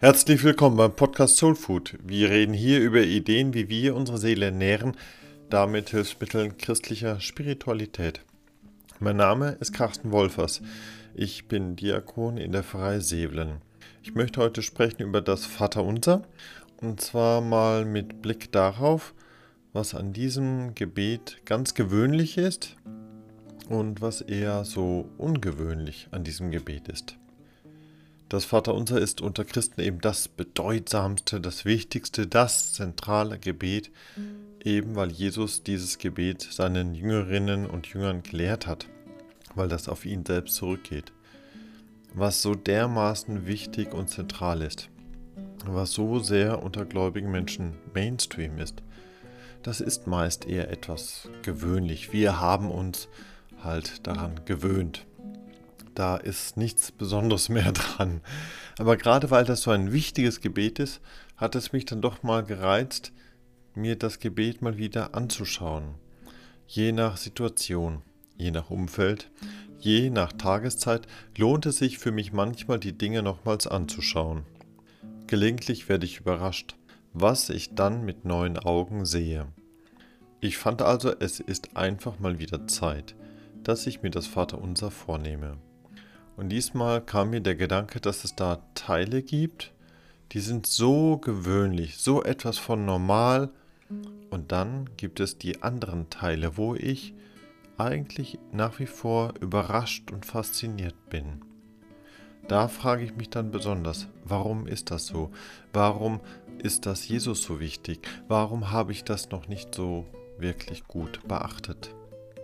Herzlich willkommen beim Podcast Soul Food. Wir reden hier über Ideen, wie wir unsere Seele ernähren, damit Hilfsmitteln christlicher Spiritualität. Mein Name ist Carsten Wolfers. Ich bin Diakon in der Pfarrei Sevelen. Ich möchte heute sprechen über das Vaterunser, und zwar mal mit Blick darauf, was an diesem Gebet ganz gewöhnlich ist und was eher so ungewöhnlich an diesem Gebet ist. Das Vaterunser ist unter Christen eben das bedeutsamste, das wichtigste, das zentrale Gebet, eben weil Jesus dieses Gebet seinen Jüngerinnen und Jüngern gelehrt hat, weil das auf ihn selbst zurückgeht. Was so dermaßen wichtig und zentral ist, was so sehr unter gläubigen Menschen Mainstream ist, das ist meist eher etwas gewöhnlich. Wir haben uns halt daran gewöhnt. Da ist nichts Besonderes mehr dran. Aber gerade weil das so ein wichtiges Gebet ist, hat es mich dann doch mal gereizt, mir das Gebet mal wieder anzuschauen. Je nach Situation, je nach Umfeld, je nach Tageszeit lohnt es sich für mich manchmal, die Dinge nochmals anzuschauen. Gelegentlich werde ich überrascht, was ich dann mit neuen Augen sehe. Ich fand also, es ist einfach mal wieder Zeit, dass ich mir das Vaterunser vornehme. Und diesmal kam mir der Gedanke, dass es da Teile gibt, die sind so gewöhnlich, so etwas von normal. Und dann gibt es die anderen Teile, wo ich eigentlich nach wie vor überrascht und fasziniert bin. Da frage ich mich dann besonders, warum ist das so? Warum ist das Jesus so wichtig? Warum habe ich das noch nicht so wirklich gut beachtet?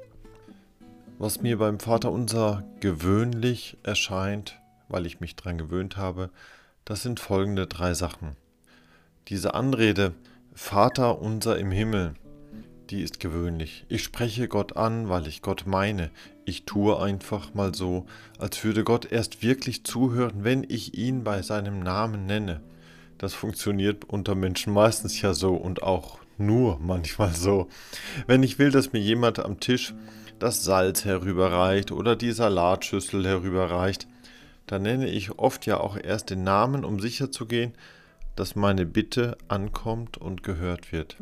Was mir beim Vaterunser gewöhnlich erscheint, weil ich mich daran gewöhnt habe, das sind folgende 3 Sachen. Diese Anrede, Vater unser im Himmel, die ist gewöhnlich. Ich spreche Gott an, weil ich Gott meine. Ich tue einfach mal so, als würde Gott erst wirklich zuhören, wenn ich ihn bei seinem Namen nenne. Das funktioniert unter Menschen meistens ja so und auch nur manchmal so. Wenn ich will, dass mir jemand am Tisch das Salz herüberreicht oder die Salatschüssel herüberreicht, dann nenne ich oft ja auch erst den Namen, um sicherzugehen, dass meine Bitte ankommt und gehört wird.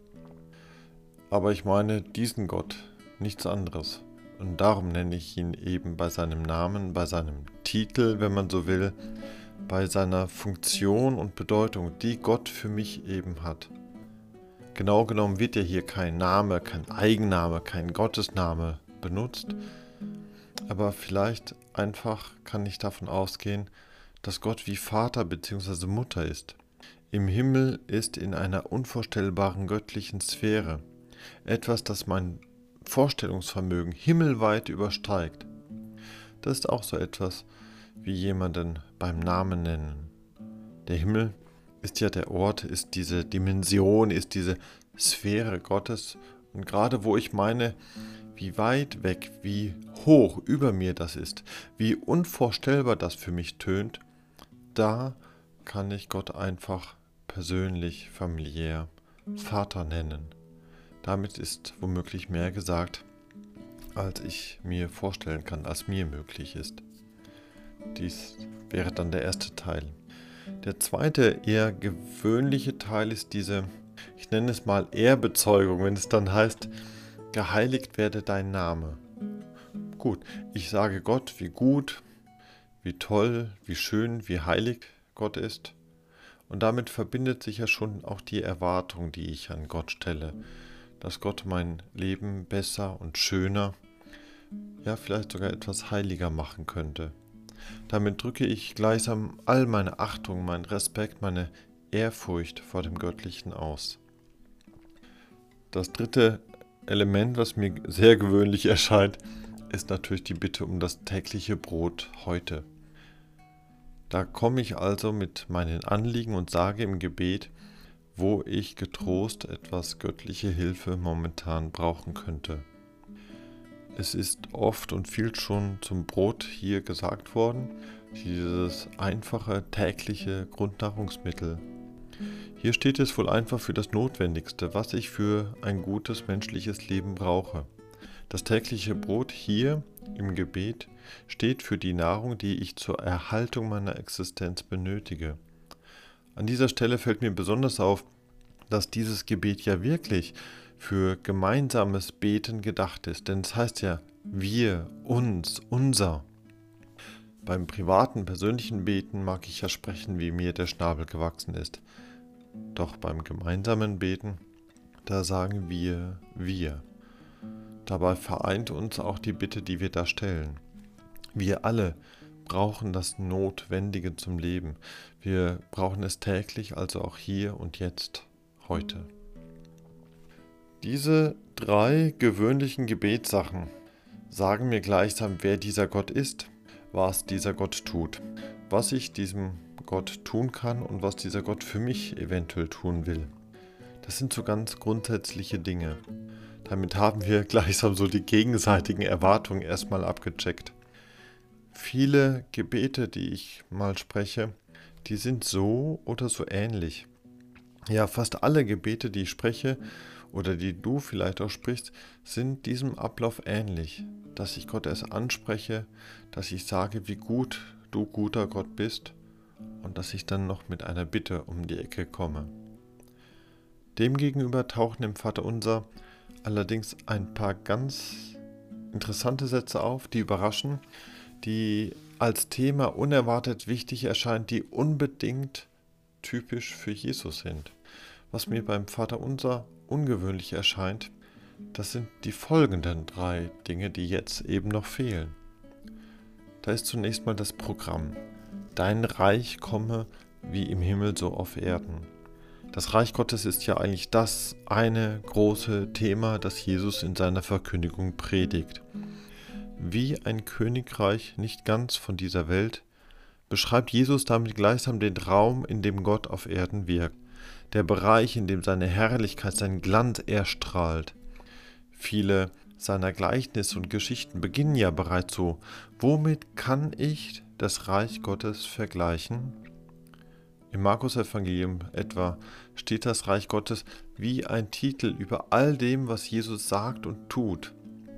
Aber ich meine diesen Gott, nichts anderes. Und darum nenne ich ihn eben bei seinem Namen, bei seinem Titel, wenn man so will, bei seiner Funktion und Bedeutung, die Gott für mich eben hat. Genau genommen wird ja hier kein Name, kein Eigenname, kein Gottesname benutzt, aber vielleicht einfach kann ich davon ausgehen, dass Gott wie Vater bzw. Mutter ist. Im Himmel ist in einer unvorstellbaren göttlichen Sphäre etwas, das mein Vorstellungsvermögen himmelweit übersteigt. Das ist auch so etwas wie jemanden beim Namen nennen. Der Himmel ist ja der Ort, ist diese Dimension, ist diese Sphäre Gottes. Und gerade wo ich meine, wie weit weg, wie hoch über mir das ist, wie unvorstellbar das für mich tönt, da kann ich Gott einfach persönlich, familiär Vater nennen. Damit ist womöglich mehr gesagt, als ich mir vorstellen kann, als mir möglich ist. Dies wäre dann der erste Teil. Der zweite, eher gewöhnliche Teil ist diese, ich nenne es mal Ehrbezeugung, wenn es dann heißt, geheiligt werde dein Name. Gut, ich sage Gott, wie gut, wie toll, wie schön, wie heilig Gott ist. Und damit verbindet sich ja schon auch die Erwartung, die ich an Gott stelle, dass Gott mein Leben besser und schöner, ja vielleicht sogar etwas heiliger machen könnte. Damit drücke ich gleichsam all meine Achtung, meinen Respekt, meine Ehrfurcht vor dem Göttlichen aus. Das dritte Element, was mir sehr gewöhnlich erscheint, ist natürlich die Bitte um das tägliche Brot heute. Da komme ich also mit meinen Anliegen und sage im Gebet, wo ich getrost etwas göttliche Hilfe momentan brauchen könnte. Es ist oft und viel schon zum Brot hier gesagt worden, dieses einfache tägliche Grundnahrungsmittel. Hier steht es wohl einfach für das Notwendigste, was ich für ein gutes menschliches Leben brauche. Das tägliche Brot hier im Gebet steht für die Nahrung, die ich zur Erhaltung meiner Existenz benötige. An dieser Stelle fällt mir besonders auf, dass dieses Gebet ja wirklich für gemeinsames Beten gedacht ist. Denn es heißt ja wir, uns, unser. Beim privaten, persönlichen Beten mag ich ja sprechen, wie mir der Schnabel gewachsen ist. Doch beim gemeinsamen Beten, da sagen wir, wir. Dabei vereint uns auch die Bitte, die wir da stellen. Wir alle brauchen das Notwendige zum Leben. Wir brauchen es täglich, also auch hier und jetzt, heute. Diese 3 gewöhnlichen Gebetssachen sagen mir gleichsam, wer dieser Gott ist, was dieser Gott tut, was ich diesem Gott tun kann und was dieser Gott für mich eventuell tun will. Das sind so ganz grundsätzliche Dinge. Damit haben wir gleichsam so die gegenseitigen Erwartungen erstmal abgecheckt. Viele Gebete, die ich mal spreche, die sind so oder so ähnlich. Ja, fast alle Gebete, die ich spreche oder die du vielleicht auch sprichst, sind diesem Ablauf ähnlich. Dass ich Gott erst anspreche, dass ich sage, wie gut du guter Gott bist und dass ich dann noch mit einer Bitte um die Ecke komme. Demgegenüber tauchen im Vaterunser allerdings ein paar ganz interessante Sätze auf, die überraschen, die als Thema unerwartet wichtig erscheint, die unbedingt typisch für Jesus sind. Was mir beim Vaterunser ungewöhnlich erscheint, das sind die folgenden 3 Dinge, die jetzt eben noch fehlen. Da ist zunächst mal das Programm. Dein Reich komme wie im Himmel so auf Erden. Das Reich Gottes ist ja eigentlich das eine große Thema, das Jesus in seiner Verkündigung predigt. Wie ein Königreich nicht ganz von dieser Welt, beschreibt Jesus damit gleichsam den Raum, in dem Gott auf Erden wirkt. Der Bereich, in dem seine Herrlichkeit, sein Glanz erstrahlt. Viele seiner Gleichnisse und Geschichten beginnen ja bereits so. Womit kann ich das Reich Gottes vergleichen? Im Markus-Evangelium etwa steht das Reich Gottes wie ein Titel über all dem, was Jesus sagt und tut.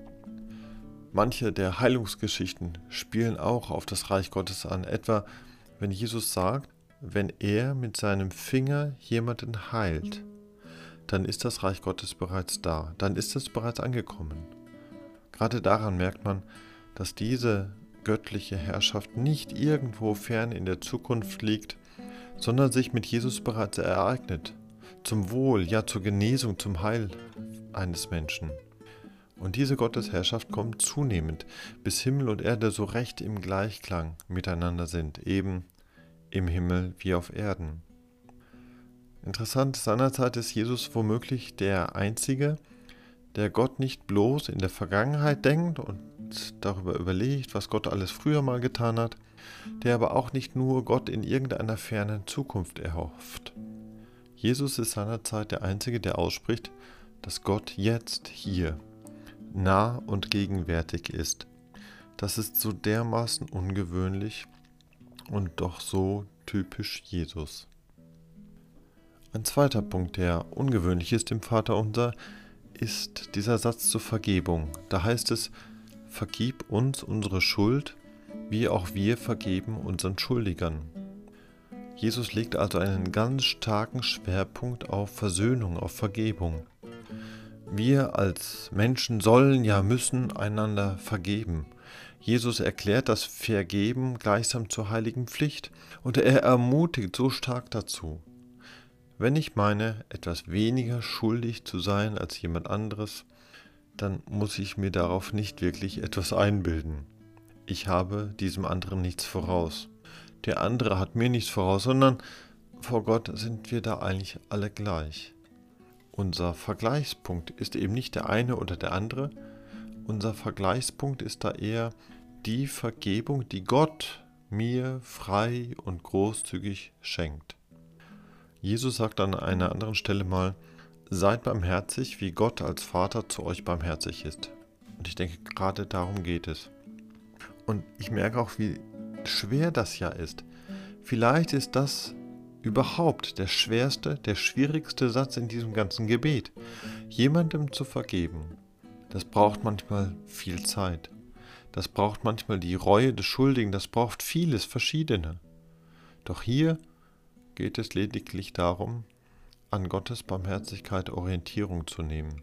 Manche der Heilungsgeschichten spielen auch auf das Reich Gottes an, etwa wenn Jesus sagt, wenn er mit seinem Finger jemanden heilt, dann ist das Reich Gottes bereits da, dann ist es bereits angekommen. Gerade daran merkt man, dass diese göttliche Herrschaft nicht irgendwo fern in der Zukunft liegt, sondern sich mit Jesus bereits ereignet, zum Wohl, ja zur Genesung, zum Heil eines Menschen. Und diese Gottesherrschaft kommt zunehmend, bis Himmel und Erde so recht im Gleichklang miteinander sind, eben im Himmel wie auf Erden. Interessant, seinerzeit ist Jesus womöglich der Einzige, der Gott nicht bloß in der Vergangenheit denkt und darüber überlegt, was Gott alles früher mal getan hat, der aber auch nicht nur Gott in irgendeiner fernen Zukunft erhofft. Jesus ist seinerzeit der Einzige, der ausspricht, dass Gott jetzt hier nah und gegenwärtig ist. Das ist so dermaßen ungewöhnlich und doch so typisch Jesus. Ein zweiter Punkt, der ungewöhnlich ist im Vaterunser, ist dieser Satz zur Vergebung. Da heißt es, vergib uns unsere Schuld, wie auch wir vergeben unseren Schuldigern. Jesus legt also einen ganz starken Schwerpunkt auf Versöhnung, auf Vergebung. Wir als Menschen sollen, ja müssen einander vergeben. Jesus erklärt das Vergeben gleichsam zur heiligen Pflicht und er ermutigt so stark dazu. Wenn ich meine, etwas weniger schuldig zu sein als jemand anderes, dann muss ich mir darauf nicht wirklich etwas einbilden. Ich habe diesem anderen nichts voraus. Der andere hat mir nichts voraus, sondern vor Gott sind wir da eigentlich alle gleich. Unser Vergleichspunkt ist eben nicht der eine oder der andere. Unser Vergleichspunkt ist da eher die Vergebung, die Gott mir frei und großzügig schenkt. Jesus sagt an einer anderen Stelle mal, seid barmherzig, wie Gott als Vater zu euch barmherzig ist. Und ich denke, gerade darum geht es. Und ich merke auch, wie schwer das ja ist. Vielleicht ist das überhaupt der schwerste, der schwierigste Satz in diesem ganzen Gebet. Jemandem zu vergeben, das braucht manchmal viel Zeit. Das braucht manchmal die Reue des Schuldigen, das braucht vieles Verschiedene. Doch hier geht es lediglich darum, an Gottes Barmherzigkeit Orientierung zu nehmen.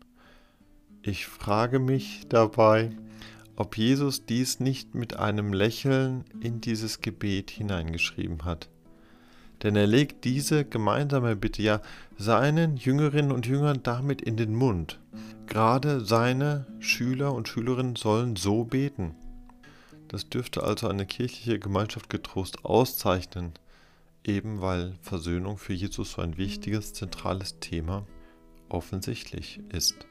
Ich frage mich dabei, ob Jesus dies nicht mit einem Lächeln in dieses Gebet hineingeschrieben hat. Denn er legt diese gemeinsame Bitte ja seinen Jüngerinnen und Jüngern damit in den Mund. Gerade seine Schüler und Schülerinnen sollen so beten. Das dürfte also eine kirchliche Gemeinschaft getrost auszeichnen, eben weil Versöhnung für Jesus so ein wichtiges, zentrales Thema offensichtlich ist.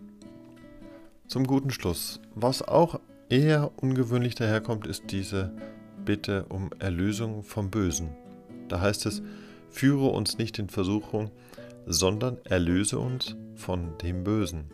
Zum guten Schluss, was auch eher ungewöhnlich daherkommt, ist diese Bitte um Erlösung vom Bösen. Da heißt es, führe uns nicht in Versuchung, sondern erlöse uns von dem Bösen.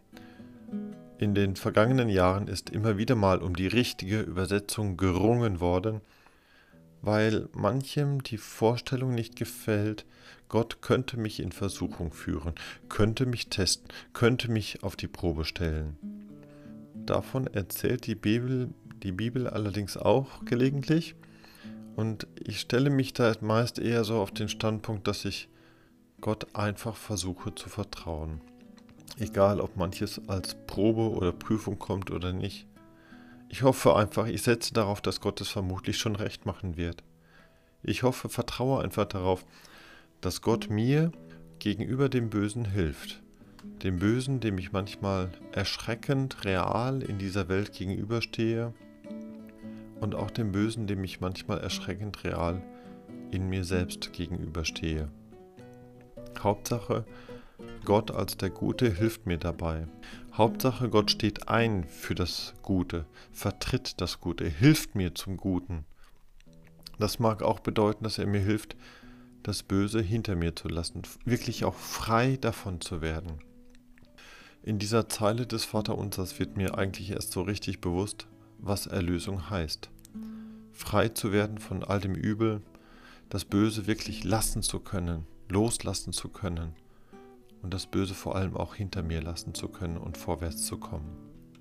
In den vergangenen Jahren ist immer wieder mal um die richtige Übersetzung gerungen worden, weil manchem die Vorstellung nicht gefällt, Gott könnte mich in Versuchung führen, könnte mich testen, könnte mich auf die Probe stellen. Davon erzählt die Bibel allerdings auch gelegentlich. Und ich stelle mich da meist eher so auf den Standpunkt, dass ich Gott einfach versuche zu vertrauen. Egal, ob manches als Probe oder Prüfung kommt oder nicht. Ich hoffe einfach, ich setze darauf, dass Gott es vermutlich schon recht machen wird. Ich hoffe, vertraue einfach darauf, dass Gott mir gegenüber dem Bösen hilft. Dem Bösen, dem ich manchmal erschreckend real in dieser Welt gegenüberstehe, und auch dem Bösen, dem ich manchmal erschreckend real in mir selbst gegenüberstehe. Hauptsache, Gott als der Gute hilft mir dabei. Hauptsache, Gott steht ein für das Gute, vertritt das Gute, hilft mir zum Guten. Das mag auch bedeuten, dass er mir hilft, das Böse hinter mir zu lassen, wirklich auch frei davon zu werden. In dieser Zeile des Vaterunsers wird mir eigentlich erst so richtig bewusst, was Erlösung heißt. Frei zu werden von all dem Übel, das Böse wirklich lassen zu können, loslassen zu können und das Böse vor allem auch hinter mir lassen zu können und vorwärts zu kommen.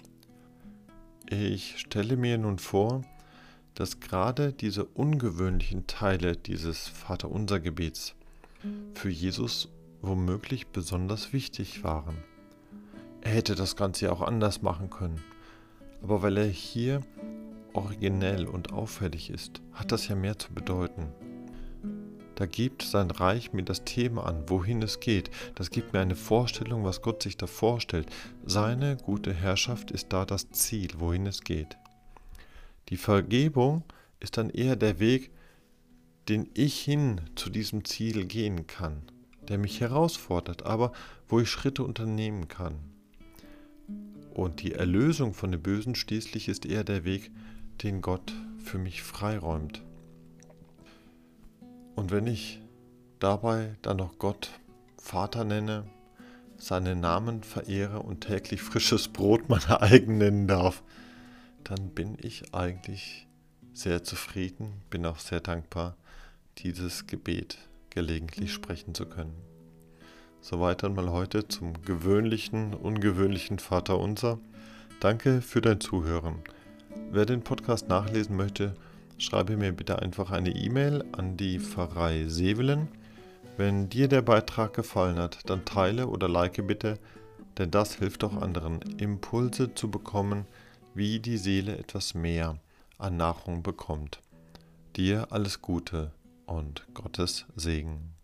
Ich stelle mir nun vor, dass gerade diese ungewöhnlichen Teile dieses Vaterunser-Gebets für Jesus womöglich besonders wichtig waren. Er hätte das Ganze ja auch anders machen können. Aber weil er hier originell und auffällig ist, hat das ja mehr zu bedeuten. Da gibt sein Reich mir das Thema an, wohin es geht. Das gibt mir eine Vorstellung, was Gott sich da vorstellt. Seine gute Herrschaft ist da das Ziel, wohin es geht. Die Vergebung ist dann eher der Weg, den ich hin zu diesem Ziel gehen kann, der mich herausfordert, aber wo ich Schritte unternehmen kann. Und die Erlösung von dem Bösen schließlich ist eher der Weg, den Gott für mich freiräumt. Und wenn ich dabei dann noch Gott Vater nenne, seinen Namen verehre und täglich frisches Brot meiner eigenen nennen darf, dann bin ich eigentlich sehr zufrieden, bin auch sehr dankbar, dieses Gebet gelegentlich sprechen zu können. Soweit einmal heute zum ungewöhnlichen Vaterunser. Danke für dein Zuhören. Wer den Podcast nachlesen möchte, schreibe mir bitte einfach eine E-Mail an die Pfarrei Sevelen. Wenn dir der Beitrag gefallen hat, dann teile oder like bitte, denn das hilft auch anderen, Impulse zu bekommen, wie die Seele etwas mehr an Nahrung bekommt. Dir alles Gute und Gottes Segen.